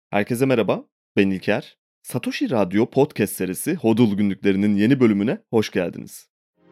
Herkese merhaba, ben İlker. Satoshi Radyo podcast serisi Hodl Günlüklerinin yeni bölümüne hoş geldiniz.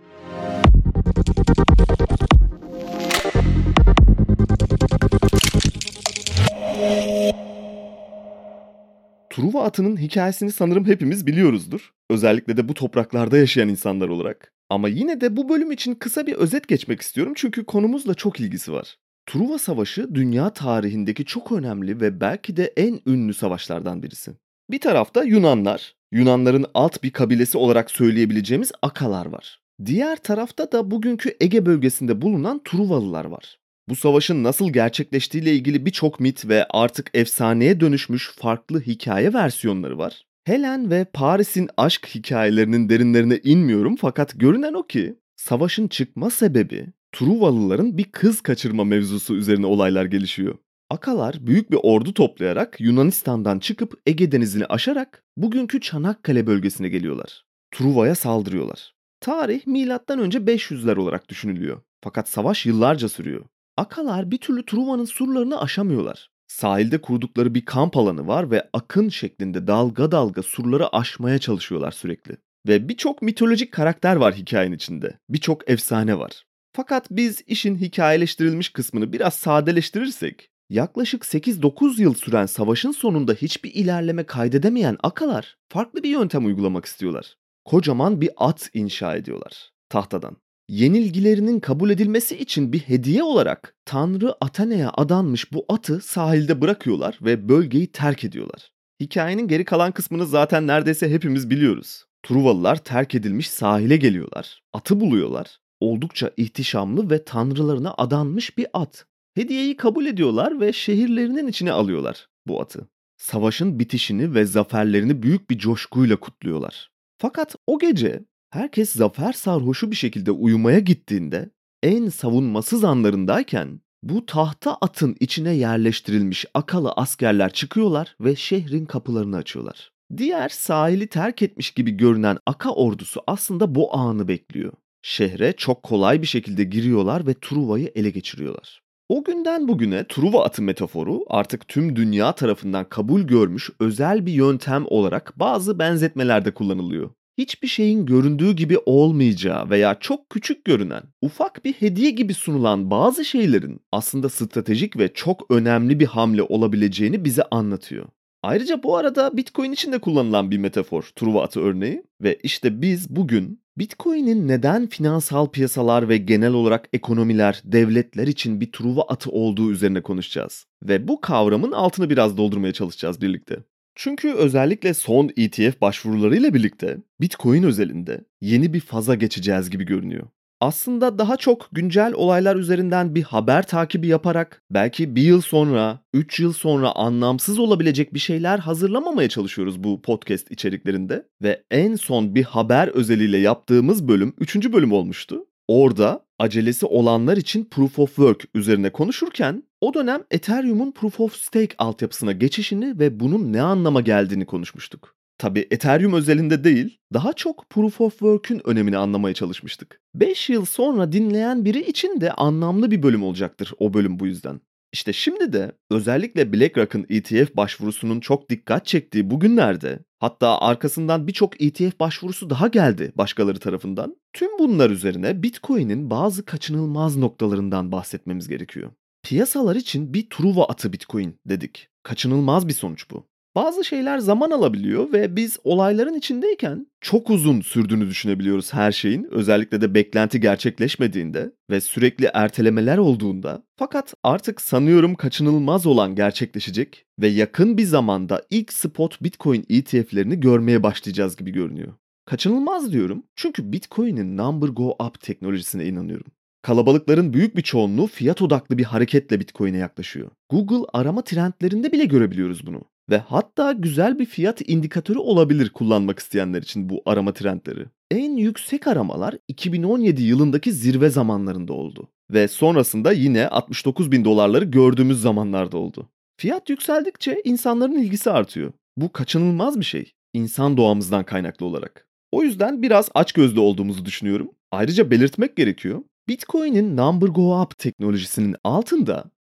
Truva atının hikayesini sanırım hepimiz biliyoruzdur. Özellikle de bu topraklarda yaşayan insanlar olarak. Ama yine de bu bölüm için kısa bir özet geçmek istiyorum çünkü konumuzla çok ilgisi var. Truva Savaşı dünya tarihindeki çok önemli ve belki de en ünlü savaşlardan birisi. Bir tarafta Yunanlar, Yunanların alt bir kabilesi olarak söyleyebileceğimiz Akalar var. Diğer tarafta da bugünkü Ege bölgesinde bulunan Truvalılar var. Bu savaşın nasıl gerçekleştiğiyle ilgili birçok mit ve artık efsaneye dönüşmüş farklı hikaye versiyonları var. Helen ve Paris'in aşk hikayelerinin derinlerine inmiyorum fakat görünen o ki savaşın çıkma sebebi Truvalıların bir kız kaçırma mevzusu üzerine olaylar gelişiyor. Akalar büyük bir ordu toplayarak Yunanistan'dan çıkıp Ege Denizi'ni aşarak bugünkü Çanakkale bölgesine geliyorlar. Truva'ya saldırıyorlar. Tarih milattan önce 500'ler olarak düşünülüyor. Fakat savaş yıllarca sürüyor. Akalar bir türlü Truva'nın surlarını aşamıyorlar. Sahilde kurdukları bir kamp alanı var ve akın şeklinde dalga dalga surları aşmaya çalışıyorlar sürekli. Ve birçok mitolojik karakter var hikayenin içinde. Birçok efsane var. Fakat biz işin hikayeleştirilmiş kısmını biraz sadeleştirirsek, yaklaşık 8-9 yıl süren savaşın sonunda hiçbir ilerleme kaydedemeyen Akalar farklı bir yöntem uygulamak istiyorlar. Kocaman bir at inşa ediyorlar tahtadan. Yenilgilerinin kabul edilmesi için bir hediye olarak Tanrı Atene'ye adanmış bu atı sahilde bırakıyorlar ve bölgeyi terk ediyorlar. Hikayenin geri kalan kısmını zaten neredeyse hepimiz biliyoruz. Truvalılar terk edilmiş sahile geliyorlar, atı buluyorlar. Oldukça ihtişamlı ve tanrılarına adanmış bir at. Hediyeyi kabul ediyorlar ve şehirlerinin içine alıyorlar bu atı. Savaşın bitişini ve zaferlerini büyük bir coşkuyla kutluyorlar. Fakat o gece herkes zafer sarhoşu bir şekilde uyumaya gittiğinde en savunmasız anlarındayken bu tahta atın içine yerleştirilmiş Akalı askerler çıkıyorlar ve şehrin kapılarını açıyorlar. Diğer sahili terk etmiş gibi görünen Aka ordusu aslında bu anı bekliyor. Şehre çok kolay bir şekilde giriyorlar ve Truva'yı ele geçiriyorlar. O günden bugüne Truva atı metaforu artık tüm dünya tarafından kabul görmüş özel bir yöntem olarak bazı benzetmelerde kullanılıyor. Hiçbir şeyin göründüğü gibi olmayacağı veya çok küçük görünen, ufak bir hediye gibi sunulan bazı şeylerin aslında stratejik ve çok önemli bir hamle olabileceğini bize anlatıyor. Ayrıca bu arada Bitcoin için de kullanılan bir metafor, Truva atı örneği ve işte biz bugün Bitcoin'in neden finansal piyasalar ve genel olarak ekonomiler, devletler için bir Truva atı olduğu üzerine konuşacağız. Ve bu kavramın altını biraz doldurmaya çalışacağız birlikte. Çünkü özellikle son ETF başvurularıyla birlikte Bitcoin özelinde yeni bir faza geçeceğiz gibi görünüyor. Aslında daha çok güncel olaylar üzerinden bir haber takibi yaparak belki bir yıl sonra, 3 yıl sonra anlamsız olabilecek bir şeyler hazırlamamaya çalışıyoruz bu podcast içeriklerinde. Ve en son bir haber özeliyle yaptığımız bölüm 3. bölüm olmuştu. Orada acelesi olanlar için Proof of Work üzerine konuşurken o dönem Ethereum'un Proof of Stake altyapısına geçişini ve bunun ne anlama geldiğini konuşmuştuk. Tabi Ethereum özelinde değil, daha çok Proof of Work'ün önemini anlamaya çalışmıştık. 5 yıl sonra dinleyen biri için de anlamlı bir bölüm olacaktır o bölüm bu yüzden. İşte şimdi de özellikle BlackRock'ın ETF başvurusunun çok dikkat çektiği bu günlerde, hatta arkasından birçok ETF başvurusu daha geldi başkaları tarafından. Tüm bunlar üzerine Bitcoin'in bazı kaçınılmaz noktalarından bahsetmemiz gerekiyor. Piyasalar için bir Truva atı Bitcoin dedik. Kaçınılmaz bir sonuç bu. Bazı şeyler zaman alabiliyor ve biz olayların içindeyken çok uzun sürdüğünü düşünebiliyoruz her şeyin. Özellikle de beklenti gerçekleşmediğinde ve sürekli ertelemeler olduğunda. Fakat artık sanıyorum kaçınılmaz olan gerçekleşecek ve yakın bir zamanda ilk spot Bitcoin ETF'lerini görmeye başlayacağız gibi görünüyor. Kaçınılmaz diyorum çünkü Bitcoin'in number go up teknolojisine inanıyorum. Kalabalıkların büyük bir çoğunluğu fiyat odaklı bir hareketle Bitcoin'e yaklaşıyor. Google arama trendlerinde bile görebiliyoruz bunu. Ve hatta güzel bir fiyat indikatörü olabilir kullanmak isteyenler için bu arama trendleri. En yüksek aramalar 2017 yılındaki zirve zamanlarında oldu. Ve sonrasında yine 69 bin dolarları gördüğümüz zamanlarda oldu. Fiyat yükseldikçe insanların ilgisi artıyor. Bu kaçınılmaz bir şey. İnsan doğamızdan kaynaklı olarak. O yüzden biraz açgözlü olduğumuzu düşünüyorum. Ayrıca belirtmek gerekiyor. Bitcoin'in Number Go Up teknolojisinin altında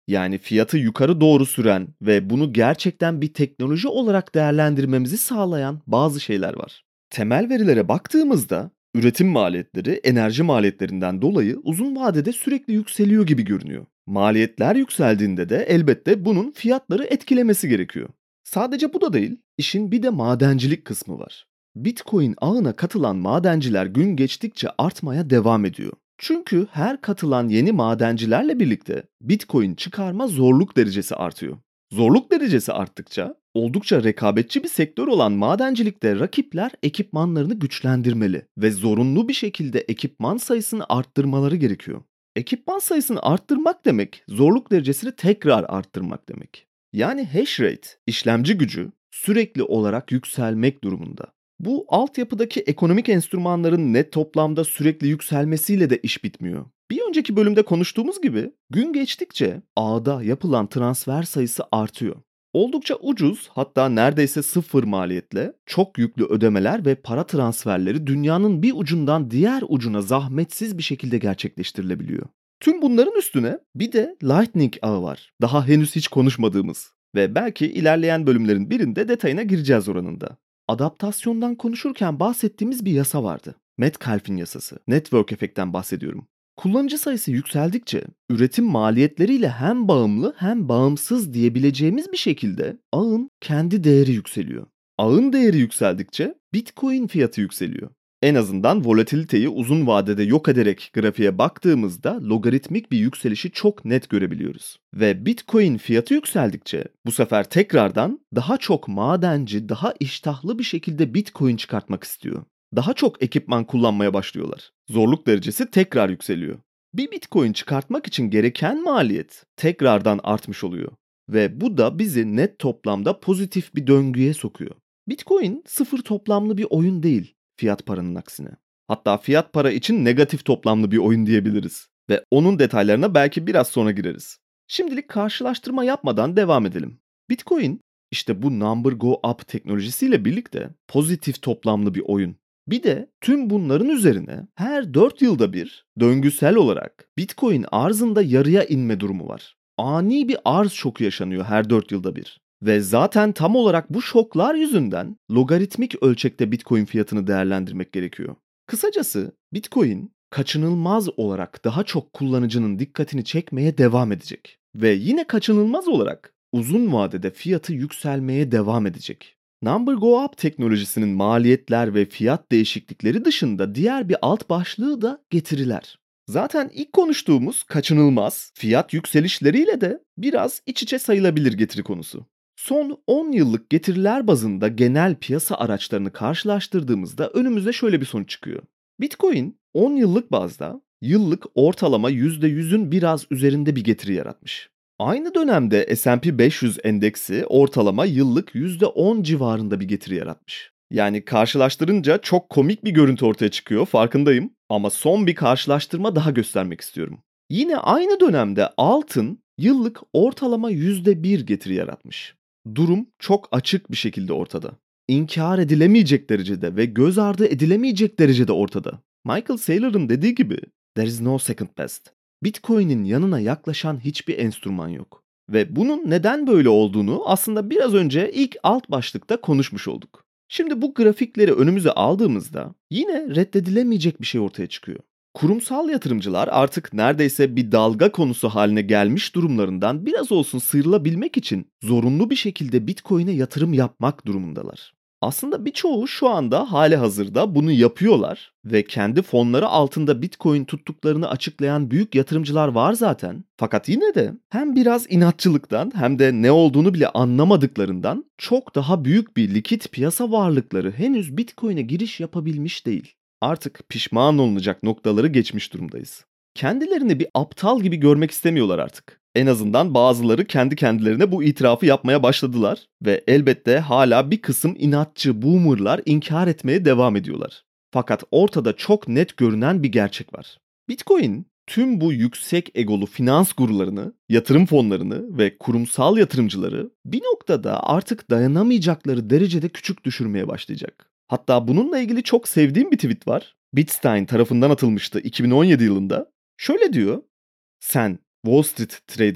Yani fiyatı yukarı doğru süren ve bunu gerçekten bir teknoloji olarak değerlendirmemizi sağlayan bazı şeyler var. Temel verilere baktığımızda üretim maliyetleri enerji maliyetlerinden dolayı uzun vadede sürekli yükseliyor gibi görünüyor. Maliyetler yükseldiğinde de elbette bunun fiyatları etkilemesi gerekiyor. Sadece bu da değil, işin bir de madencilik kısmı var. Bitcoin ağına katılan madenciler gün geçtikçe artmaya devam ediyor. Çünkü her katılan yeni madencilerle birlikte Bitcoin çıkarma zorluk derecesi artıyor. Zorluk derecesi arttıkça oldukça rekabetçi bir sektör olan madencilikte rakipler ekipmanlarını güçlendirmeli ve zorunlu bir şekilde ekipman sayısını arttırmaları gerekiyor. Ekipman sayısını arttırmak demek, zorluk derecesini tekrar arttırmak demek. Yani hash rate, işlemci gücü sürekli olarak yükselmek durumunda. Bu altyapıdaki ekonomik enstrümanların net toplamda sürekli yükselmesiyle de iş bitmiyor. Bir önceki bölümde konuştuğumuz gibi gün geçtikçe ağda yapılan transfer sayısı artıyor. Oldukça ucuz, hatta neredeyse sıfır maliyetle çok yüklü ödemeler ve para transferleri dünyanın bir ucundan diğer ucuna zahmetsiz bir şekilde gerçekleştirilebiliyor. Tüm bunların üstüne bir de Lightning ağı var. Daha henüz hiç konuşmadığımız ve belki ilerleyen bölümlerin birinde detayına gireceğiz oranında. Adaptasyondan konuşurken bahsettiğimiz bir yasa vardı. Metcalfe'in yasası. Network efektten bahsediyorum. Kullanıcı sayısı yükseldikçe üretim maliyetleriyle hem bağımlı hem bağımsız diyebileceğimiz bir şekilde ağın kendi değeri yükseliyor. Ağın değeri yükseldikçe Bitcoin fiyatı yükseliyor. En azından volatiliteyi uzun vadede yok ederek grafiğe baktığımızda logaritmik bir yükselişi çok net görebiliyoruz. Ve Bitcoin fiyatı yükseldikçe bu sefer tekrardan daha çok madenci daha iştahlı bir şekilde Bitcoin çıkartmak istiyor. Daha çok ekipman kullanmaya başlıyorlar. Zorluk derecesi tekrar yükseliyor. Bir Bitcoin çıkartmak için gereken maliyet tekrardan artmış oluyor. Ve bu da bizi net toplamda pozitif bir döngüye sokuyor. Bitcoin sıfır toplamlı bir oyun değil, fiyat paranın aksine. Hatta fiyat para için negatif toplamlı bir oyun diyebiliriz. Ve onun detaylarına belki biraz sonra gireriz. Şimdilik karşılaştırma yapmadan devam edelim. Bitcoin işte bu number go up teknolojisiyle birlikte pozitif toplamlı bir oyun. Bir de tüm bunların üzerine her 4 yılda bir döngüsel olarak Bitcoin arzında yarıya inme durumu var. Ani bir arz şoku yaşanıyor her 4 yılda bir. Ve zaten tam olarak bu şoklar yüzünden logaritmik ölçekte Bitcoin fiyatını değerlendirmek gerekiyor. Kısacası Bitcoin kaçınılmaz olarak daha çok kullanıcının dikkatini çekmeye devam edecek. Ve yine kaçınılmaz olarak uzun vadede fiyatı yükselmeye devam edecek. Number Go Up teknolojisinin maliyetler ve fiyat değişiklikleri dışında diğer bir alt başlığı da getiriler. Zaten ilk konuştuğumuz kaçınılmaz fiyat yükselişleriyle de biraz iç içe sayılabilir getiri konusu. Son 10 yıllık getiriler bazında genel piyasa araçlarını karşılaştırdığımızda önümüze şöyle bir sonuç çıkıyor. Bitcoin 10 yıllık bazda yıllık ortalama %100'ün biraz üzerinde bir getiri yaratmış. Aynı dönemde S&P 500 endeksi ortalama yıllık %10 civarında bir getiri yaratmış. Yani karşılaştırınca çok komik bir görüntü ortaya çıkıyor, farkındayım. Ama son bir karşılaştırma daha göstermek istiyorum. Yine aynı dönemde altın yıllık ortalama %1 getiri yaratmış. Durum çok açık bir şekilde ortada. İnkar edilemeyecek derecede ve göz ardı edilemeyecek derecede ortada. Michael Saylor'ın dediği gibi "There is no second best." Bitcoin'in yanına yaklaşan hiçbir enstrüman yok. Ve bunun neden böyle olduğunu aslında biraz önce ilk alt başlıkta konuşmuş olduk. Şimdi bu grafikleri önümüze aldığımızda yine reddedilemeyecek bir şey ortaya çıkıyor. Kurumsal yatırımcılar artık neredeyse bir dalga konusu haline gelmiş durumlarından biraz olsun sıyrılabilmek için zorunlu bir şekilde Bitcoin'e yatırım yapmak durumundalar. Aslında birçoğu şu anda hali hazırda bunu yapıyorlar ve kendi fonları altında Bitcoin tuttuklarını açıklayan büyük yatırımcılar var zaten. Fakat yine de hem biraz inatçılıktan hem de ne olduğunu bile anlamadıklarından çok daha büyük bir likit piyasa varlıkları henüz Bitcoin'e giriş yapabilmiş değil. Artık pişman olunacak noktaları geçmiş durumdayız. Kendilerini bir aptal gibi görmek istemiyorlar artık. En azından bazıları kendi kendilerine bu itirafı yapmaya başladılar ve elbette hala bir kısım inatçı boomerlar inkar etmeye devam ediyorlar. Fakat ortada çok net görünen bir gerçek var. Bitcoin tüm bu yüksek egolu finans gurularını, yatırım fonlarını ve kurumsal yatırımcıları bir noktada artık dayanamayacakları derecede küçük düşürmeye başlayacak. Hatta bununla ilgili çok sevdiğim bir tweet var. Bitstein tarafından atılmıştı 2017 yılında. Şöyle diyor: "Sen Wall Street trader'ı,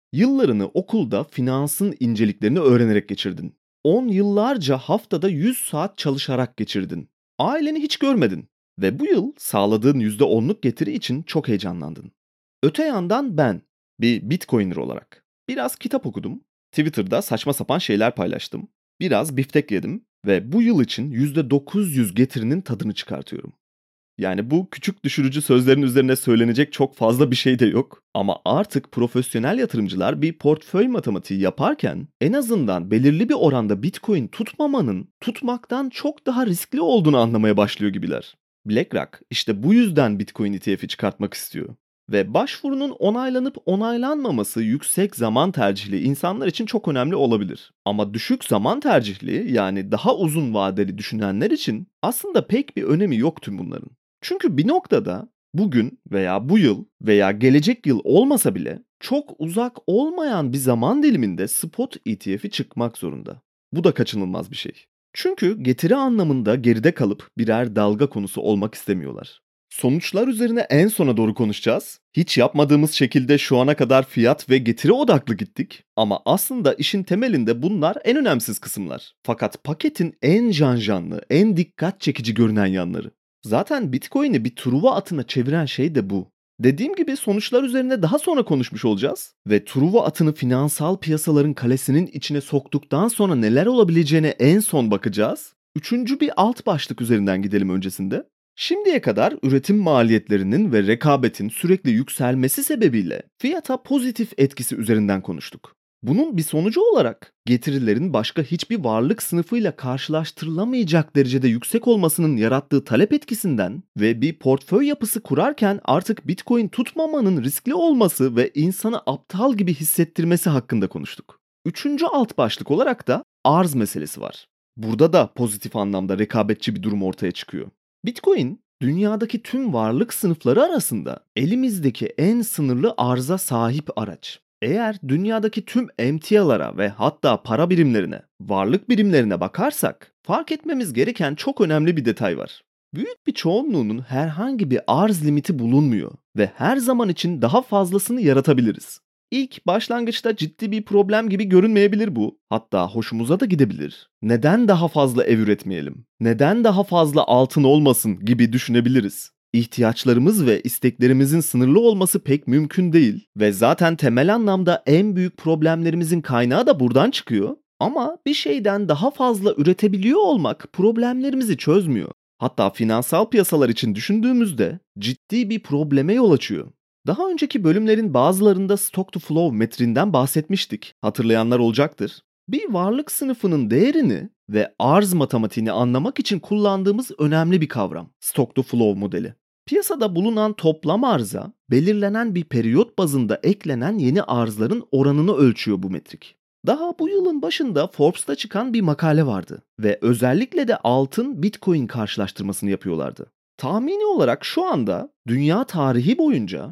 Yıllarını okulda finansın inceliklerini öğrenerek geçirdin. 10 yıllarca haftada 100 saat çalışarak geçirdin. Aileni hiç görmedin ve bu yıl sağladığın %10'luk getiri için çok heyecanlandın. Öte yandan ben, bir Bitcoiner olarak biraz kitap okudum, Twitter'da saçma sapan şeyler paylaştım, biraz biftek yedim ve bu yıl için %900 getirinin tadını çıkartıyorum. Yani bu küçük düşürücü sözlerin üzerine söylenecek çok fazla bir şey de yok. Ama artık profesyonel yatırımcılar bir portföy matematiği yaparken en azından belirli bir oranda Bitcoin tutmamanın tutmaktan çok daha riskli olduğunu anlamaya başlıyor gibiler. BlackRock işte bu yüzden Bitcoin ETF'i çıkartmak istiyor. Ve başvurunun onaylanıp onaylanmaması yüksek zaman tercihli insanlar için çok önemli olabilir. Ama düşük zaman tercihli yani daha uzun vadeli düşünenler için aslında pek bir önemi yok tüm bunların. Çünkü bir noktada bugün veya bu yıl veya gelecek yıl olmasa bile çok uzak olmayan bir zaman diliminde spot ETF'i çıkmak zorunda. Bu da kaçınılmaz bir şey. Çünkü getiri anlamında geride kalıp birer dalga konusu olmak istemiyorlar. Sonuçlar üzerine en sona doğru konuşacağız. Hiç yapmadığımız şekilde şu ana kadar fiyat ve getiri odaklı gittik. Ama aslında işin temelinde bunlar en önemsiz kısımlar. Fakat paketin en canlı, en dikkat çekici görünen yanları. Zaten Bitcoin'i bir Truva atına çeviren şey de bu. Dediğim gibi sonuçlar üzerine daha sonra konuşmuş olacağız ve Truva atını finansal piyasaların kalesinin içine soktuktan sonra neler olabileceğine en son bakacağız. Üçüncü bir alt başlık üzerinden gidelim öncesinde. Şimdiye kadar üretim maliyetlerinin ve rekabetin sürekli yükselmesi sebebiyle fiyata pozitif etkisi üzerinden konuştuk. Bunun bir sonucu olarak getirilerin başka hiçbir varlık sınıfıyla karşılaştırılamayacak derecede yüksek olmasının yarattığı talep etkisinden ve bir portföy yapısı kurarken artık Bitcoin tutmamanın riskli olması ve insanı aptal gibi hissettirmesi hakkında konuştuk. Üçüncü alt başlık olarak da arz meselesi var. Burada da pozitif anlamda rekabetçi bir durum ortaya çıkıyor. Bitcoin, dünyadaki tüm varlık sınıfları arasında elimizdeki en sınırlı arza sahip araç. Eğer dünyadaki tüm emtialara ve hatta para birimlerine, varlık birimlerine bakarsak fark etmemiz gereken çok önemli bir detay var. Büyük bir çoğunluğunun herhangi bir arz limiti bulunmuyor ve her zaman için daha fazlasını yaratabiliriz. İlk başlangıçta ciddi bir problem gibi görünmeyebilir bu. Hatta hoşumuza da gidebilir. Neden daha fazla ev üretmeyelim? Neden daha fazla altın olmasın gibi düşünebiliriz. İhtiyaçlarımız ve isteklerimizin sınırlı olması pek mümkün değil ve zaten temel anlamda en büyük problemlerimizin kaynağı da buradan çıkıyor. Ama bir şeyden daha fazla üretebiliyor olmak problemlerimizi çözmüyor. Hatta finansal piyasalar için düşündüğümüzde ciddi bir probleme yol açıyor. Daha önceki bölümlerin bazılarında stock to flow metriğinden bahsetmiştik. Hatırlayanlar olacaktır. Bir varlık sınıfının değerini ve arz matematiğini anlamak için kullandığımız önemli bir kavram. Stock to flow modeli. Piyasada bulunan toplam arza, belirlenen bir periyot bazında eklenen yeni arzların oranını ölçüyor bu metrik. Daha bu yılın başında Forbes'ta çıkan bir makale vardı ve özellikle de altın Bitcoin karşılaştırmasını yapıyorlardı. Tahmini olarak şu anda dünya tarihi boyunca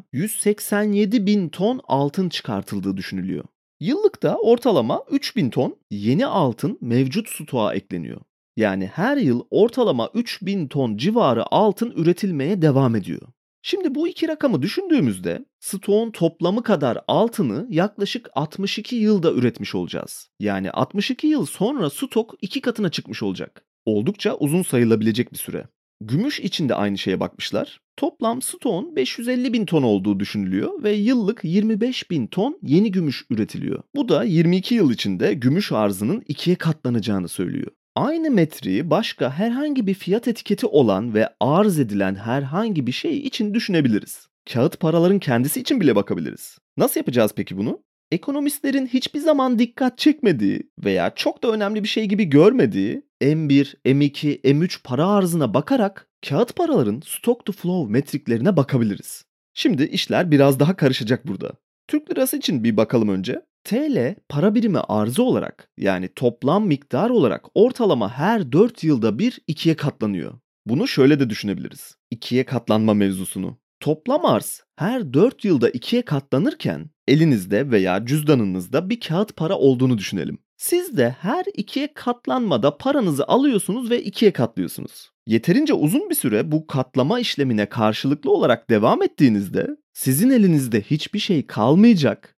187 bin ton altın çıkartıldığı düşünülüyor. Yıllıkta ortalama 3.000 ton yeni altın mevcut stoğa ekleniyor. Yani her yıl ortalama 3.000 ton civarı altın üretilmeye devam ediyor. Şimdi bu iki rakamı düşündüğümüzde stoğun toplamı kadar altını yaklaşık 62 yılda üretmiş olacağız. Yani 62 yıl sonra stok 2 katına çıkmış olacak. Oldukça uzun sayılabilecek bir süre. Gümüş için de aynı şeye bakmışlar. Toplam stoğun 550 bin ton olduğu düşünülüyor ve yıllık 25 bin ton yeni gümüş üretiliyor. Bu da 22 yıl içinde gümüş arzının ikiye katlanacağını söylüyor. Aynı metriği başka herhangi bir fiyat etiketi olan ve arz edilen herhangi bir şey için düşünebiliriz. Kağıt paraların kendisi için bile bakabiliriz. Nasıl yapacağız peki bunu? Ekonomistlerin hiçbir zaman dikkat çekmediği veya çok da önemli bir şey gibi görmediği M1, M2, M3 para arzına bakarak kağıt paraların stock to flow metriklerine bakabiliriz. Şimdi işler biraz daha karışacak burada. Türk lirası için bir bakalım önce. TL para birimi arzı olarak yani toplam miktar olarak ortalama her 4 yılda bir ikiye katlanıyor. Bunu şöyle de düşünebiliriz. İkiye katlanma mevzusunu. Toplam arz her 4 yılda ikiye katlanırken elinizde veya cüzdanınızda bir kağıt para olduğunu düşünelim. Siz de her ikiye katlanmada paranızı alıyorsunuz ve ikiye katlıyorsunuz. Yeterince uzun bir süre bu katlama işlemine karşılıklı olarak devam ettiğinizde sizin elinizde hiçbir şey kalmayacak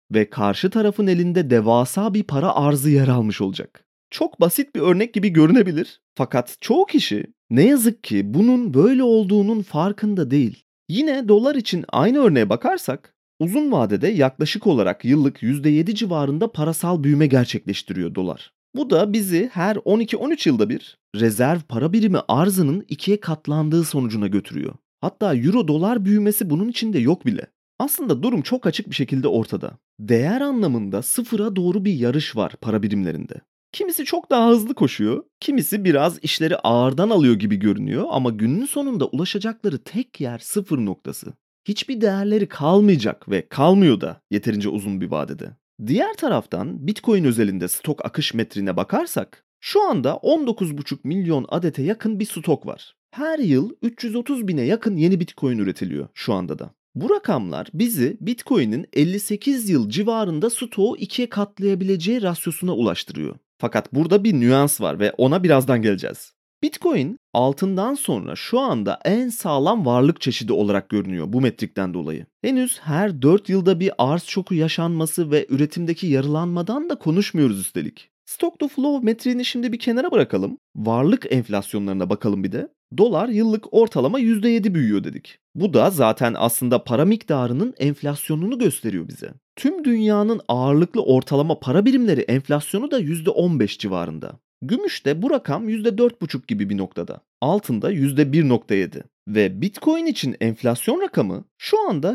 ve karşı tarafın elinde devasa bir para arzı yer almış olacak. Çok basit bir örnek gibi görünebilir fakat çoğu kişi ne yazık ki bunun böyle olduğunun farkında değil. Yine dolar için aynı örneğe bakarsak uzun vadede yaklaşık olarak yıllık %7 civarında parasal büyüme gerçekleştiriyor dolar. Bu da bizi her 12-13 yılda bir rezerv para birimi arzının ikiye katlandığı sonucuna götürüyor. Hatta euro dolar büyümesi bunun içinde yok bile. Aslında durum çok açık bir şekilde ortada. Değer anlamında sıfıra doğru bir yarış var para birimlerinde. Kimisi çok daha hızlı koşuyor, kimisi biraz işleri ağırdan alıyor gibi görünüyor ama günün sonunda ulaşacakları tek yer sıfır noktası. Hiçbir değerleri kalmayacak ve kalmıyor da yeterince uzun bir vadede. Diğer taraftan Bitcoin özelinde stok akış metriğine bakarsak şu anda 19,5 milyon adete yakın bir stok var. Her yıl 330 bine yakın yeni Bitcoin üretiliyor şu anda da. Bu rakamlar bizi Bitcoin'in 58 yıl civarında stoğu ikiye katlayabileceği rasyosuna ulaştırıyor. Fakat burada bir nüans var ve ona birazdan geleceğiz. Bitcoin altından sonra şu anda en sağlam varlık çeşidi olarak görünüyor bu metrikten dolayı. Henüz her 4 yılda bir arz şoku yaşanması ve üretimdeki yarılanmadan da konuşmuyoruz üstelik. Stock to flow metriğini şimdi bir kenara bırakalım. Varlık enflasyonlarına bakalım bir de. Dolar yıllık ortalama %7 büyüyor dedik. Bu da zaten aslında para miktarının enflasyonunu gösteriyor bize. Tüm dünyanın ağırlıklı ortalama para birimleri enflasyonu da %15 civarında. Gümüşte bu rakam %4,5 gibi bir noktada. Altında %1,7. Ve Bitcoin için enflasyon rakamı şu anda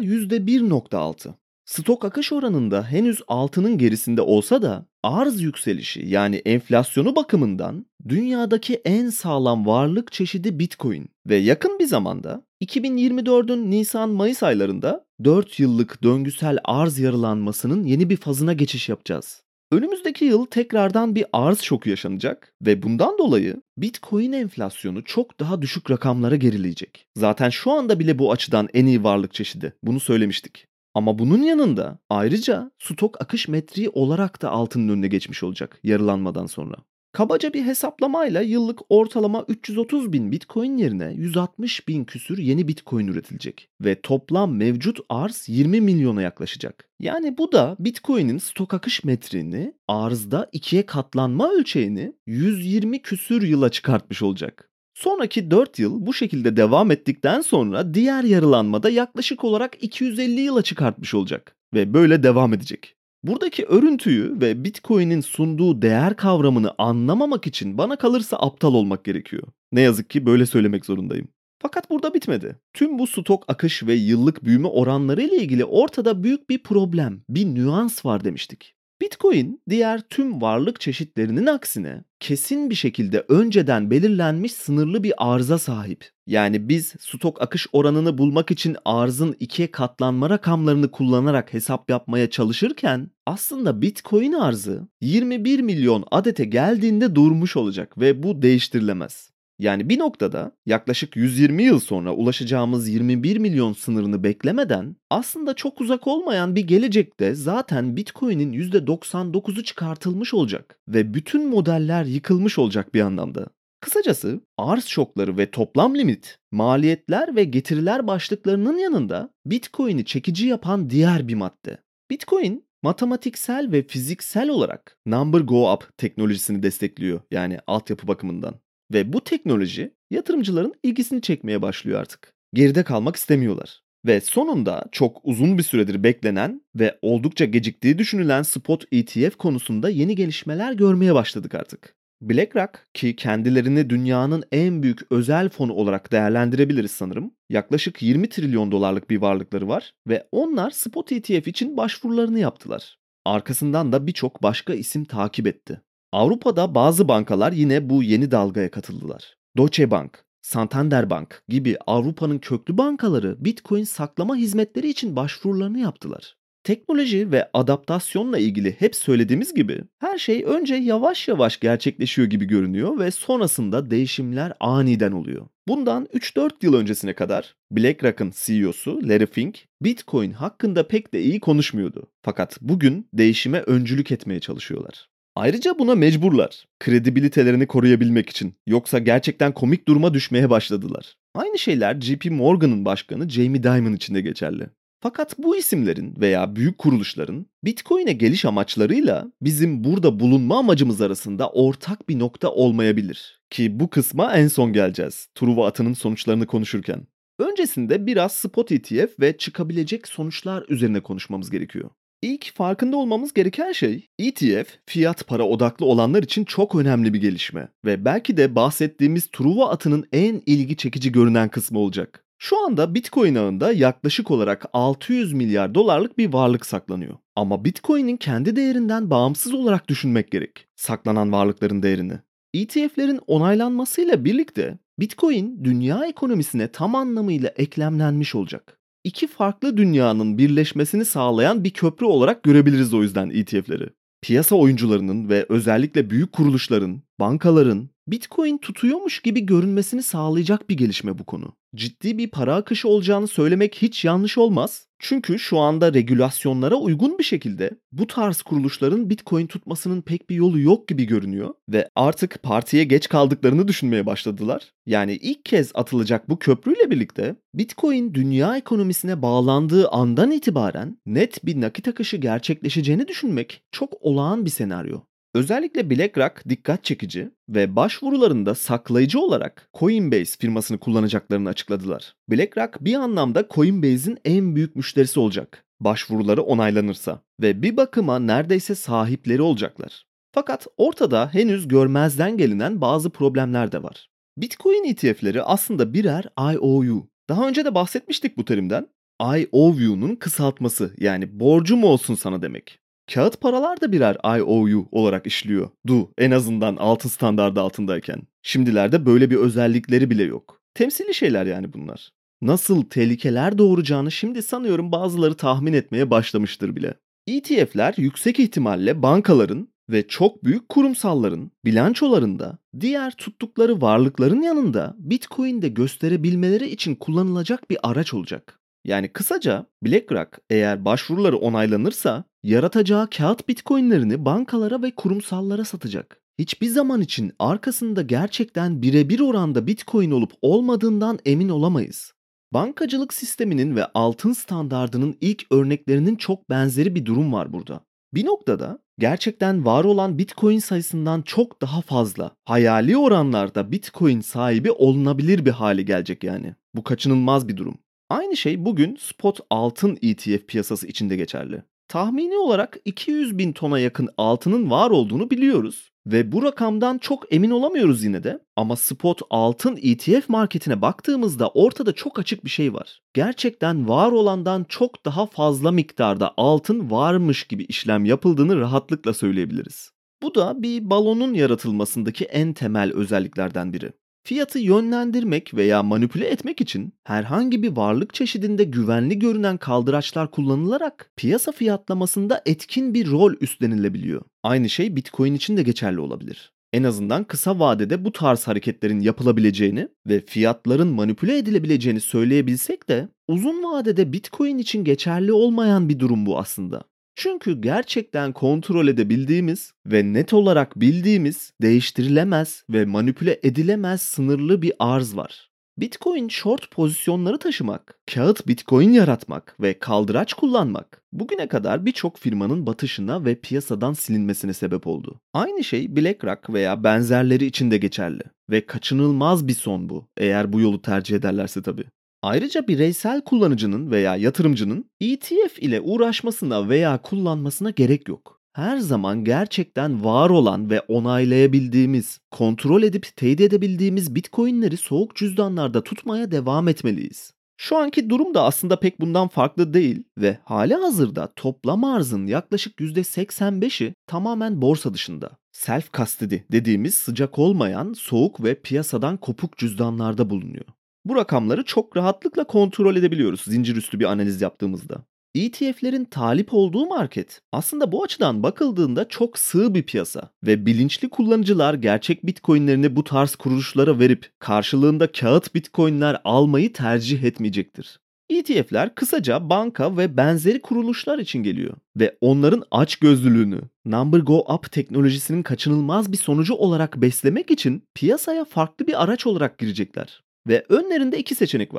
%1,6. Stok akış oranında henüz altının gerisinde olsa da arz yükselişi yani enflasyonu bakımından dünyadaki en sağlam varlık çeşidi Bitcoin. Ve yakın bir zamanda 2024'ün Nisan-Mayıs aylarında 4 yıllık döngüsel arz yarılanmasının yeni bir fazına geçiş yapacağız. Önümüzdeki yıl tekrardan bir arz şoku yaşanacak ve bundan dolayı Bitcoin enflasyonu çok daha düşük rakamlara gerileyecek. Zaten şu anda bile bu açıdan en iyi varlık çeşidi. Bunu söylemiştik. Ama bunun yanında ayrıca stok akış metriği olarak da altının önüne geçmiş olacak yarılanmadan sonra. Kabaca bir hesaplamayla yıllık ortalama 330 bin Bitcoin yerine 160 bin küsür yeni Bitcoin üretilecek. Ve toplam mevcut arz 20 milyona yaklaşacak. Yani bu da Bitcoin'in stok akış metriğini arzda ikiye katlanma ölçeğini 120 küsür yıla çıkartmış olacak. Sonraki 4 yıl bu şekilde devam ettikten sonra diğer yarılanmada yaklaşık olarak 250 yıla çıkartmış olacak. Ve böyle devam edecek. Buradaki örüntüyü ve Bitcoin'in sunduğu değer kavramını anlamamak için bana kalırsa aptal olmak gerekiyor. Ne yazık ki böyle söylemek zorundayım. Fakat burada bitmedi. Tüm bu stok akış ve yıllık büyüme oranları ile ilgili ortada büyük bir problem, bir nüans var demiştik. Bitcoin diğer tüm varlık çeşitlerinin aksine kesin bir şekilde önceden belirlenmiş sınırlı bir arıza sahip. Yani biz stok akış oranını bulmak için arzın ikiye katlanma rakamlarını kullanarak hesap yapmaya çalışırken aslında Bitcoin arzı 21 milyon adete geldiğinde durmuş olacak ve bu değiştirilemez. Yani bir noktada yaklaşık 120 yıl sonra ulaşacağımız 21 milyon sınırını beklemeden aslında çok uzak olmayan bir gelecekte zaten Bitcoin'in %99'u çıkartılmış olacak ve bütün modeller yıkılmış olacak bir anlamda. Kısacası arz şokları ve toplam limit, maliyetler ve getiriler başlıklarının yanında Bitcoin'i çekici yapan diğer bir madde. Bitcoin matematiksel ve fiziksel olarak number go up teknolojisini destekliyor yani altyapı bakımından. Ve bu teknoloji yatırımcıların ilgisini çekmeye başlıyor artık. Geride kalmak istemiyorlar. Ve sonunda çok uzun bir süredir beklenen ve oldukça geciktiği düşünülen spot ETF konusunda yeni gelişmeler görmeye başladık artık. BlackRock ki kendilerini dünyanın en büyük özel fonu olarak değerlendirebiliriz sanırım. Yaklaşık 20 trilyon dolarlık bir varlıkları var ve onlar spot ETF için başvurularını yaptılar. Arkasından da birçok başka isim takip etti. Avrupa'da bazı bankalar yine bu yeni dalgaya katıldılar. Deutsche Bank, Santander Bank gibi Avrupa'nın köklü bankaları Bitcoin saklama hizmetleri için başvurularını yaptılar. Teknoloji ve adaptasyonla ilgili hep söylediğimiz gibi her şey önce yavaş yavaş gerçekleşiyor gibi görünüyor ve sonrasında değişimler aniden oluyor. Bundan 3-4 yıl öncesine kadar BlackRock'ın CEO'su Larry Fink Bitcoin hakkında pek de iyi konuşmuyordu. Fakat bugün değişime öncülük etmeye çalışıyorlar. Ayrıca buna mecburlar. Kredibilitelerini koruyabilmek için. Yoksa gerçekten komik duruma düşmeye başladılar. Aynı şeyler JP Morgan'ın başkanı Jamie Dimon için de geçerli. Fakat bu isimlerin veya büyük kuruluşların Bitcoin'e geliş amaçlarıyla bizim burada bulunma amacımız arasında ortak bir nokta olmayabilir. Ki bu kısma en son geleceğiz. Truva atının sonuçlarını konuşurken. Öncesinde biraz spot ETF ve çıkabilecek sonuçlar üzerine konuşmamız gerekiyor. İlk farkında olmamız gereken şey, ETF, fiyat para odaklı olanlar için çok önemli bir gelişme ve belki de bahsettiğimiz Truva atının en ilgi çekici görünen kısmı olacak. Şu anda Bitcoin ağında yaklaşık olarak 600 milyar dolarlık bir varlık saklanıyor. Ama Bitcoin'in kendi değerinden bağımsız olarak düşünmek gerek. Saklanan varlıkların değerini. ETF'lerin onaylanmasıyla birlikte Bitcoin dünya ekonomisine tam anlamıyla eklemlenmiş olacak. İki farklı dünyanın birleşmesini sağlayan bir köprü olarak görebiliriz o yüzden ETF'leri. Piyasa oyuncularının ve özellikle büyük kuruluşların, bankaların Bitcoin tutuyormuş gibi görünmesini sağlayacak bir gelişme bu konu. Ciddi bir para akışı olacağını söylemek hiç yanlış olmaz. Çünkü şu anda regülasyonlara uygun bir şekilde bu tarz kuruluşların Bitcoin tutmasının pek bir yolu yok gibi görünüyor ve artık partiye geç kaldıklarını düşünmeye başladılar. Yani ilk kez atılacak bu köprüyle birlikte Bitcoin dünya ekonomisine bağlandığı andan itibaren net bir nakit akışı gerçekleşeceğini düşünmek çok olağan bir senaryo. Özellikle BlackRock dikkat çekici ve başvurularında saklayıcı olarak Coinbase firmasını kullanacaklarını açıkladılar. BlackRock bir anlamda Coinbase'in en büyük müşterisi olacak, başvuruları onaylanırsa ve bir bakıma neredeyse sahipleri olacaklar. Fakat ortada henüz görmezden gelinen bazı problemler de var. Bitcoin ETF'leri aslında birer IOU. Daha önce de bahsetmiştik bu terimden. IOU'nun kısaltması, yani borcum olsun sana demek. Kağıt paralar da birer IOU olarak işliyor. En azından altın standardı altındayken. Şimdilerde böyle bir özellikleri bile yok. Temsili şeyler yani bunlar. Nasıl tehlikeler doğuracağını şimdi sanıyorum bazıları tahmin etmeye başlamıştır bile. ETF'ler yüksek ihtimalle bankaların ve çok büyük kurumsalların bilançolarında diğer tuttukları varlıkların yanında Bitcoin'de gösterebilmeleri için kullanılacak bir araç olacak. Yani kısaca BlackRock eğer başvuruları onaylanırsa yaratacağı kağıt Bitcoin'lerini bankalara ve kurumsallara satacak. Hiçbir zaman için arkasında gerçekten birebir oranda Bitcoin olup olmadığından emin olamayız. Bankacılık sisteminin ve altın standardının ilk örneklerinin çok benzeri bir durum var burada. Bir noktada gerçekten var olan Bitcoin sayısından çok daha fazla, hayali oranlarda Bitcoin sahibi olunabilir bir hale gelecek yani. Bu kaçınılmaz bir durum. Aynı şey bugün spot altın ETF piyasası içinde geçerli. Tahmini olarak 200 bin tona yakın altının var olduğunu biliyoruz ve bu rakamdan çok emin olamıyoruz yine de. Ama spot altın ETF marketine baktığımızda ortada çok açık bir şey var. Gerçekten var olandan çok daha fazla miktarda altın varmış gibi işlem yapıldığını rahatlıkla söyleyebiliriz. Bu da bir balonun yaratılmasındaki en temel özelliklerden biri. Fiyatı yönlendirmek veya manipüle etmek için herhangi bir varlık çeşidinde güvenli görünen kaldıraçlar kullanılarak piyasa fiyatlamasında etkin bir rol üstlenilebiliyor. Aynı şey Bitcoin için de geçerli olabilir. En azından kısa vadede bu tarz hareketlerin yapılabileceğini ve fiyatların manipüle edilebileceğini söyleyebilsek de uzun vadede Bitcoin için geçerli olmayan bir durum bu aslında. Çünkü gerçekten kontrol edebildiğimiz ve net olarak bildiğimiz, değiştirilemez ve manipüle edilemez sınırlı bir arz var. Bitcoin short pozisyonları taşımak, kağıt Bitcoin yaratmak ve kaldıraç kullanmak bugüne kadar birçok firmanın batışına ve piyasadan silinmesine sebep oldu. Aynı şey BlackRock veya benzerleri için de geçerli ve kaçınılmaz bir son bu, eğer bu yolu tercih ederlerse tabii. Ayrıca bireysel kullanıcının veya yatırımcının ETF ile uğraşmasına veya kullanmasına gerek yok. Her zaman gerçekten var olan ve onaylayabildiğimiz, kontrol edip teyit edebildiğimiz Bitcoin'leri soğuk cüzdanlarda tutmaya devam etmeliyiz. Şu anki durum da aslında pek bundan farklı değil ve hali hazırda toplam arzın yaklaşık %85'i tamamen borsa dışında. Self custody dediğimiz sıcak olmayan, soğuk ve piyasadan kopuk cüzdanlarda bulunuyor. Bu rakamları çok rahatlıkla kontrol edebiliyoruz zincir üstü bir analiz yaptığımızda. ETF'lerin talip olduğu market aslında bu açıdan bakıldığında çok sığ bir piyasa ve bilinçli kullanıcılar gerçek Bitcoin'lerini bu tarz kuruluşlara verip karşılığında kağıt Bitcoin'ler almayı tercih etmeyecektir. ETF'ler kısaca banka ve benzeri kuruluşlar için geliyor ve onların açgözlülüğünü, number go up teknolojisinin kaçınılmaz bir sonucu olarak beslemek için piyasaya farklı bir araç olarak girecekler. Ve önlerinde iki seçenek var.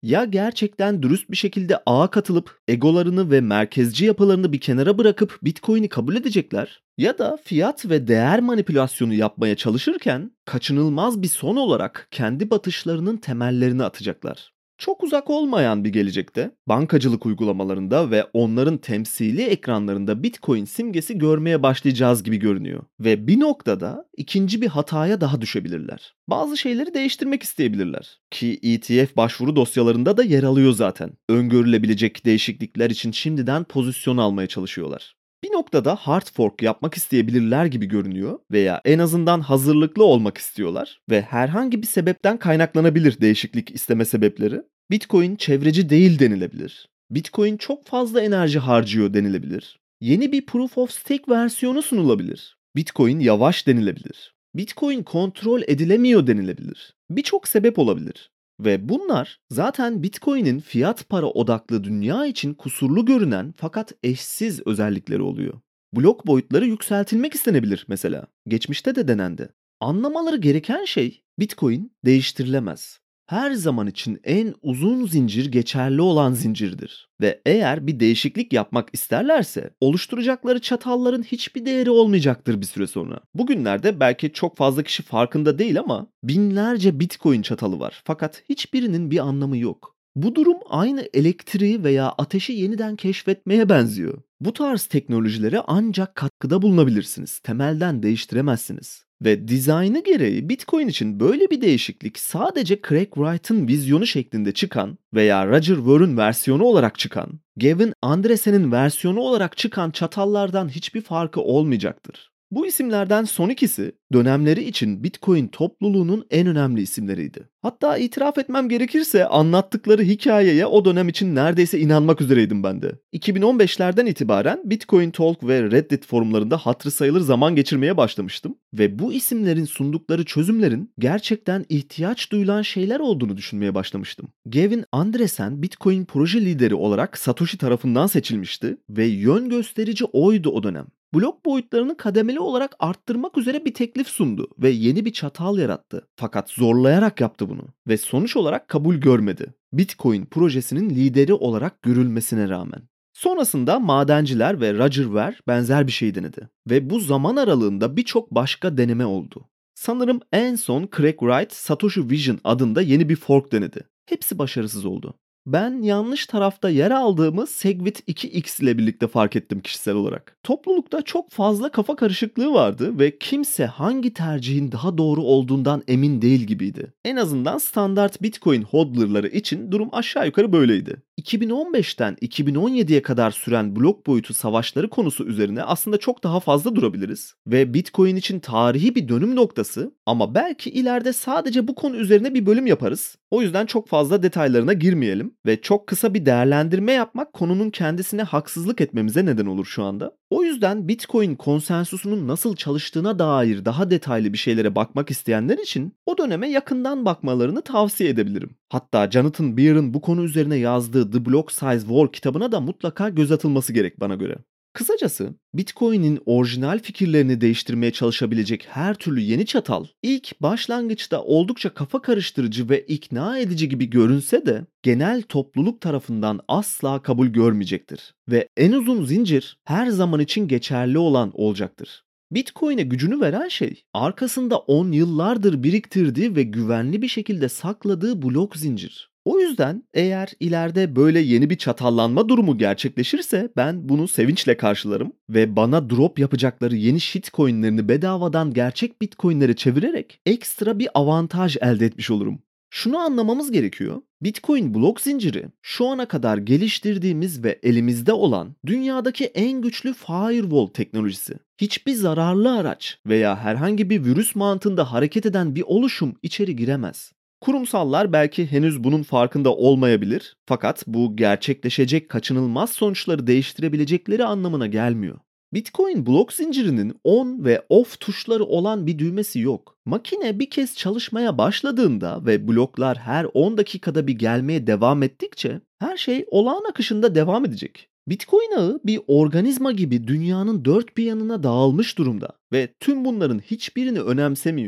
Ya gerçekten dürüst bir şekilde ağa katılıp egolarını ve merkezci yapılarını bir kenara bırakıp Bitcoin'i kabul edecekler ya da fiyat ve değer manipülasyonu yapmaya çalışırken kaçınılmaz bir son olarak kendi batışlarının temellerini atacaklar. Çok uzak olmayan bir gelecekte bankacılık uygulamalarında ve onların temsili ekranlarında Bitcoin simgesi görmeye başlayacağız gibi görünüyor. Ve bir noktada ikinci bir hataya daha düşebilirler. Bazı şeyleri değiştirmek isteyebilirler. Ki ETF başvuru dosyalarında da yer alıyor zaten. Öngörülebilecek değişiklikler için şimdiden pozisyon almaya çalışıyorlar. Bir noktada hard fork yapmak isteyebilirler gibi görünüyor veya en azından hazırlıklı olmak istiyorlar ve herhangi bir sebepten kaynaklanabilir değişiklik isteme sebepleri. Bitcoin çevreci değil denilebilir. Bitcoin çok fazla enerji harcıyor denilebilir. Yeni bir proof of stake versiyonu sunulabilir. Bitcoin yavaş denilebilir. Bitcoin kontrol edilemiyor denilebilir. Birçok sebep olabilir. Ve bunlar zaten Bitcoin'in fiyat para odaklı dünya için kusurlu görünen fakat eşsiz özellikleri oluyor. Blok boyutları yükseltilmek istenebilir mesela. Geçmişte de denendi. Anlamaları gereken şey Bitcoin değiştirilemez. Her zaman için en uzun zincir geçerli olan zincirdir. Ve eğer bir değişiklik yapmak isterlerse oluşturacakları çatalların hiçbir değeri olmayacaktır bir süre sonra. Bugünlerde belki çok fazla kişi farkında değil ama binlerce Bitcoin çatalı var. Fakat hiçbirinin bir anlamı yok. Bu durum aynı elektriği veya ateşi yeniden keşfetmeye benziyor. Bu tarz teknolojilere ancak katkıda bulunabilirsiniz. Temelden değiştiremezsiniz. Ve dizaynı gereği Bitcoin için böyle bir değişiklik sadece Craig Wright'ın vizyonu şeklinde çıkan veya Roger Ver'ün versiyonu olarak çıkan, Gavin Andresen'in versiyonu olarak çıkan çatallardan hiçbir farkı olmayacaktır. Bu isimlerden son ikisi dönemleri için Bitcoin topluluğunun en önemli isimleriydi. Hatta itiraf etmem gerekirse anlattıkları hikayeye o dönem için neredeyse inanmak üzereydim ben de. 2015'lerden itibaren Bitcoin Talk ve Reddit forumlarında hatırı sayılır zaman geçirmeye başlamıştım. Ve bu isimlerin sundukları çözümlerin gerçekten ihtiyaç duyulan şeyler olduğunu düşünmeye başlamıştım. Gavin Andresen Bitcoin proje lideri olarak Satoshi tarafından seçilmişti ve yön gösterici oydu o dönem. Blok boyutlarını kademeli olarak arttırmak üzere bir teklif sundu ve yeni bir çatal yarattı. Fakat zorlayarak yaptı bunu ve sonuç olarak kabul görmedi. Bitcoin projesinin lideri olarak görülmesine rağmen. Sonrasında madenciler ve Roger Ver benzer bir şey denedi ve bu zaman aralığında birçok başka deneme oldu. Sanırım en son Craig Wright Satoshi Vision adında yeni bir fork denedi. Hepsi başarısız oldu. Ben yanlış tarafta yer aldığımı Segwit 2x ile birlikte fark ettim kişisel olarak. Toplulukta çok fazla kafa karışıklığı vardı ve kimse hangi tercihin daha doğru olduğundan emin değil gibiydi. En azından standart Bitcoin hodlerları için durum aşağı yukarı böyleydi. 2015'ten 2017'ye kadar süren blok boyutu savaşları konusu üzerine aslında çok daha fazla durabiliriz. Ve Bitcoin için tarihi bir dönüm noktası ama belki ileride sadece bu konu üzerine bir bölüm yaparız. O yüzden çok fazla detaylarına girmeyelim ve çok kısa bir değerlendirme yapmak konunun kendisine haksızlık etmemize neden olur şu anda. O yüzden Bitcoin konsensusunun nasıl çalıştığına dair daha detaylı bir şeylere bakmak isteyenler için o döneme yakından bakmalarını tavsiye edebilirim. Hatta Jonathan Beer'ın bu konu üzerine yazdığı The Block Size War kitabına da mutlaka göz atılması gerek bana göre. Kısacası Bitcoin'in orijinal fikirlerini değiştirmeye çalışabilecek her türlü yeni çatal ilk başlangıçta oldukça kafa karıştırıcı ve ikna edici gibi görünse de genel topluluk tarafından asla kabul görmeyecektir. Ve en uzun zincir her zaman için geçerli olan olacaktır. Bitcoin'e gücünü veren şey arkasında 10 yıllardır biriktirdiği ve güvenli bir şekilde sakladığı blok zincir. O yüzden eğer ileride böyle yeni bir çatallanma durumu gerçekleşirse ben bunu sevinçle karşılarım ve bana drop yapacakları yeni shitcoinlerini bedavadan gerçek bitcoinlere çevirerek ekstra bir avantaj elde etmiş olurum. Şunu anlamamız gerekiyor. Bitcoin blok zinciri şu ana kadar geliştirdiğimiz ve elimizde olan dünyadaki en güçlü firewall teknolojisi. Hiçbir zararlı araç veya herhangi bir virüs mantığında hareket eden bir oluşum içeri giremez. Kurumsallar belki henüz bunun farkında olmayabilir fakat bu gerçekleşecek kaçınılmaz sonuçları değiştirebilecekleri anlamına gelmiyor. Bitcoin blok zincirinin on ve off tuşları olan bir düğmesi yok. Makine bir kez çalışmaya başladığında ve bloklar her 10 dakikada bir gelmeye devam ettikçe her şey olağan akışında devam edecek. Bitcoin ağı bir organizma gibi dünyanın dört bir yanına dağılmış durumda ve tüm bunların hiçbirini önemsemiyor.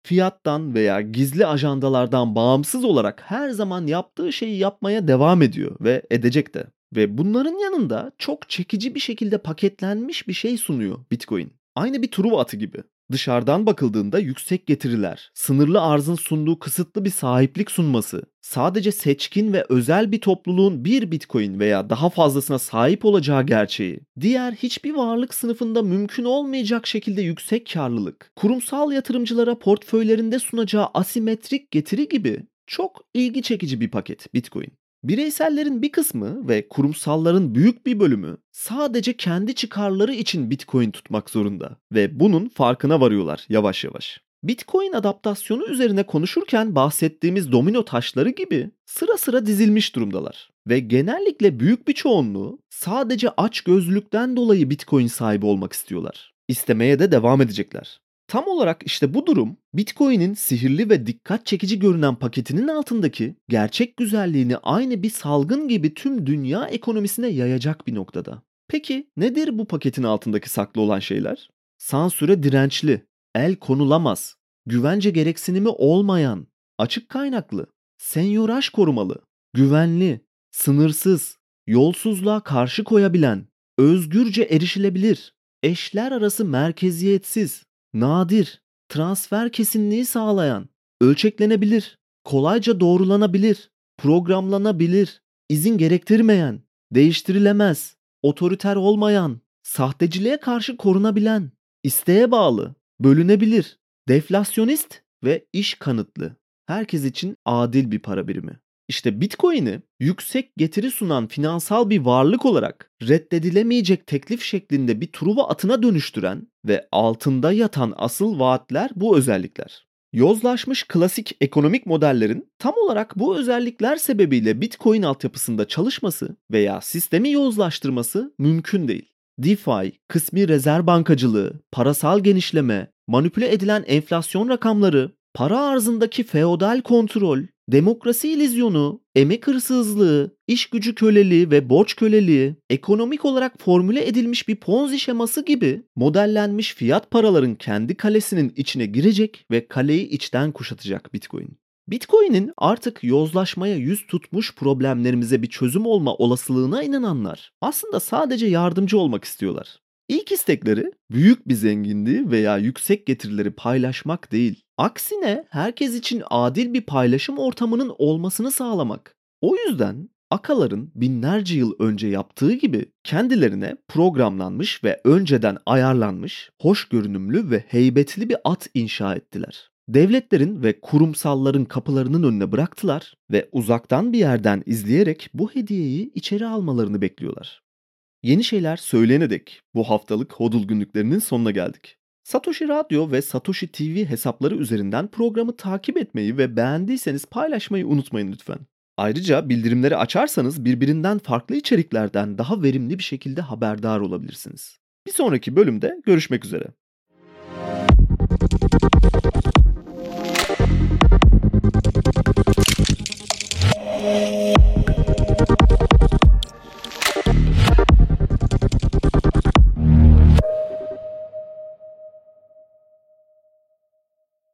Fiyattan veya gizli ajandalardan bağımsız olarak her zaman yaptığı şeyi yapmaya devam ediyor ve edecek de. Ve bunların yanında çok çekici bir şekilde paketlenmiş bir şey sunuyor Bitcoin. Aynı bir Truva atı gibi. Dışarıdan bakıldığında yüksek getiriler, sınırlı arzın sunduğu kısıtlı bir sahiplik sunması, sadece seçkin ve özel bir topluluğun bir Bitcoin veya daha fazlasına sahip olacağı gerçeği, diğer hiçbir varlık sınıfında mümkün olmayacak şekilde yüksek karlılık, kurumsal yatırımcılara portföylerinde sunacağı asimetrik getiri gibi çok ilgi çekici bir paket Bitcoin. Bireysellerin bir kısmı ve kurumsalların büyük bir bölümü sadece kendi çıkarları için Bitcoin tutmak zorunda ve bunun farkına varıyorlar yavaş yavaş. Bitcoin adaptasyonu üzerine konuşurken bahsettiğimiz domino taşları gibi sıra sıra dizilmiş durumdalar ve genellikle büyük bir çoğunluğu sadece açgözlülükten dolayı Bitcoin sahibi olmak istiyorlar. İstemeye de devam edecekler. Tam olarak işte bu durum Bitcoin'in sihirli ve dikkat çekici görünen paketinin altındaki gerçek güzelliğini aynı bir salgın gibi tüm dünya ekonomisine yayacak bir noktada. Peki nedir bu paketin altındaki saklı olan şeyler? Sansüre dirençli, el konulamaz, güvence gereksinimi olmayan, açık kaynaklı, senyoraj korumalı, güvenli, sınırsız, yolsuzluğa karşı koyabilen, özgürce erişilebilir, eşler arası merkeziyetsiz, nadir, transfer kesinliği sağlayan, ölçeklenebilir, kolayca doğrulanabilir, programlanabilir, izin gerektirmeyen, değiştirilemez, otoriter olmayan, sahteciliğe karşı korunabilen, isteğe bağlı, bölünebilir, deflasyonist ve iş kanıtlı. Herkes için adil bir para birimi. İşte Bitcoin'i yüksek getiri sunan finansal bir varlık olarak reddedilemeyecek teklif şeklinde bir Truva atına dönüştüren ve altında yatan asıl vaatler bu özellikler. Yozlaşmış klasik ekonomik modellerin tam olarak bu özellikler sebebiyle Bitcoin altyapısında çalışması veya sistemi yozlaştırması mümkün değil. DeFi, kısmi rezerv bankacılığı, parasal genişleme, manipüle edilen enflasyon rakamları, para arzındaki feodal kontrol, demokrasi illüzyonu, emek hırsızlığı, iş gücü köleliği ve borç köleliği, ekonomik olarak formüle edilmiş bir Ponzi şeması gibi modellenmiş fiyat paraların kendi kalesinin içine girecek ve kaleyi içten kuşatacak Bitcoin. Bitcoin'in artık yozlaşmaya yüz tutmuş problemlerimize bir çözüm olma olasılığına inananlar aslında sadece yardımcı olmak istiyorlar. İlk istekleri büyük bir zenginliği veya yüksek getirileri paylaşmak değil. Aksine herkes için adil bir paylaşım ortamının olmasını sağlamak. O yüzden akaların binlerce yıl önce yaptığı gibi kendilerine programlanmış ve önceden ayarlanmış, hoş görünümlü ve heybetli bir at inşa ettiler. Devletlerin ve kurumsalların kapılarının önüne bıraktılar ve uzaktan bir yerden izleyerek bu hediyeyi içeri almalarını bekliyorlar. Yeni şeyler söyleyene dek bu haftalık Hodl günlüklerinin sonuna geldik. Satoshi Radyo ve Satoshi TV hesapları üzerinden programı takip etmeyi ve beğendiyseniz paylaşmayı unutmayın lütfen. Ayrıca bildirimleri açarsanız birbirinden farklı içeriklerden daha verimli bir şekilde haberdar olabilirsiniz. Bir sonraki bölümde görüşmek üzere.